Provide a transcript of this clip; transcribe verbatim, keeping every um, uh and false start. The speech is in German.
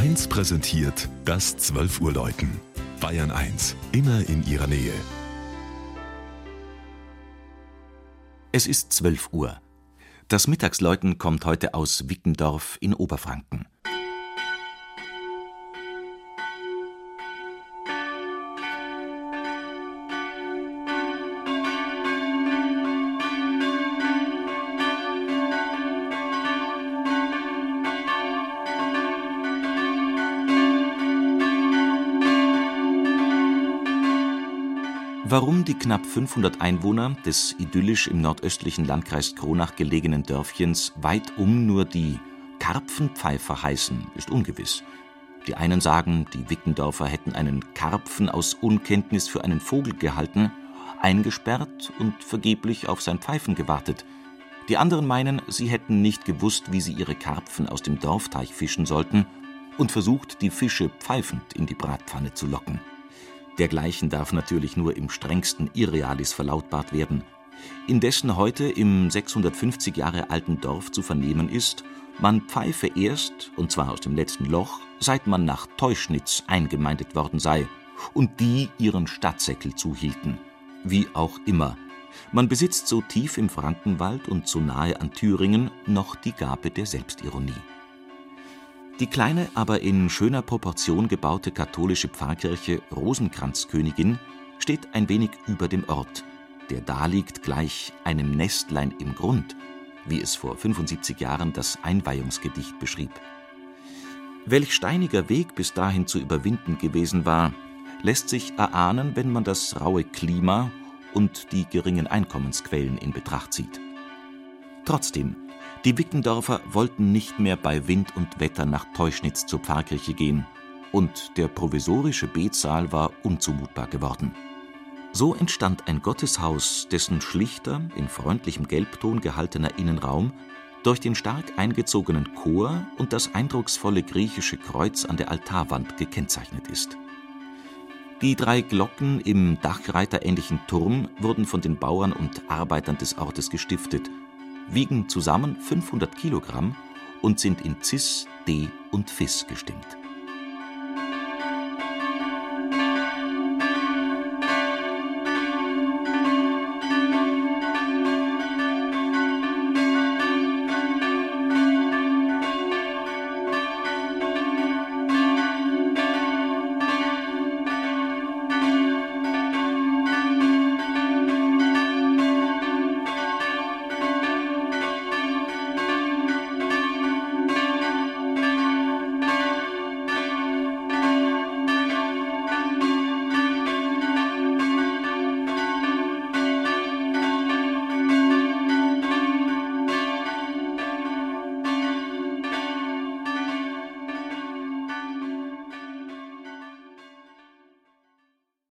eins präsentiert das zwölf Uhr Läuten. Bayern eins, immer in Ihrer Nähe. Es ist zwölf Uhr. Das Mittagsläuten kommt heute aus Wickendorf in Oberfranken. Warum die knapp fünfhundert Einwohner des idyllisch im nordöstlichen Landkreis Kronach gelegenen Dörfchens weitum nur die Karpfenpfeifer heißen, ist ungewiss. Die einen sagen, die Wickendorfer hätten einen Karpfen aus Unkenntnis für einen Vogel gehalten, eingesperrt und vergeblich auf sein Pfeifen gewartet. Die anderen meinen, sie hätten nicht gewusst, wie sie ihre Karpfen aus dem Dorfteich fischen sollten und versucht, die Fische pfeifend in die Bratpfanne zu locken. Dergleichen darf natürlich nur im strengsten Irrealis verlautbart werden. Indessen heute im sechshundertfünfzig Jahre alten Dorf zu vernehmen ist, man pfeife erst, und zwar aus dem letzten Loch, seit man nach Teuschnitz eingemeindet worden sei und die ihren Stadtsäckel zuhielten. Wie auch immer. Man besitzt so tief im Frankenwald und so nahe an Thüringen noch die Gabe der Selbstironie. Die kleine, aber in schöner Proportion gebaute katholische Pfarrkirche Rosenkranzkönigin steht ein wenig über dem Ort, der daliegt gleich einem Nestlein im Grund, wie es vor fünfundsiebzig Jahren das Einweihungsgedicht beschrieb. Welch steiniger Weg bis dahin zu überwinden gewesen war, lässt sich erahnen, wenn man das raue Klima und die geringen Einkommensquellen in Betracht zieht. Trotzdem, die Wickendorfer wollten nicht mehr bei Wind und Wetter nach Teuschnitz zur Pfarrkirche gehen, und der provisorische Betsaal war unzumutbar geworden. So entstand ein Gotteshaus, dessen schlichter, in freundlichem Gelbton gehaltener Innenraum durch den stark eingezogenen Chor und das eindrucksvolle griechische Kreuz an der Altarwand gekennzeichnet ist. Die drei Glocken im dachreiterähnlichen Turm wurden von den Bauern und Arbeitern des Ortes gestiftet, wiegen zusammen fünfhundert Kilogramm und sind in Cis, D und Fis gestimmt.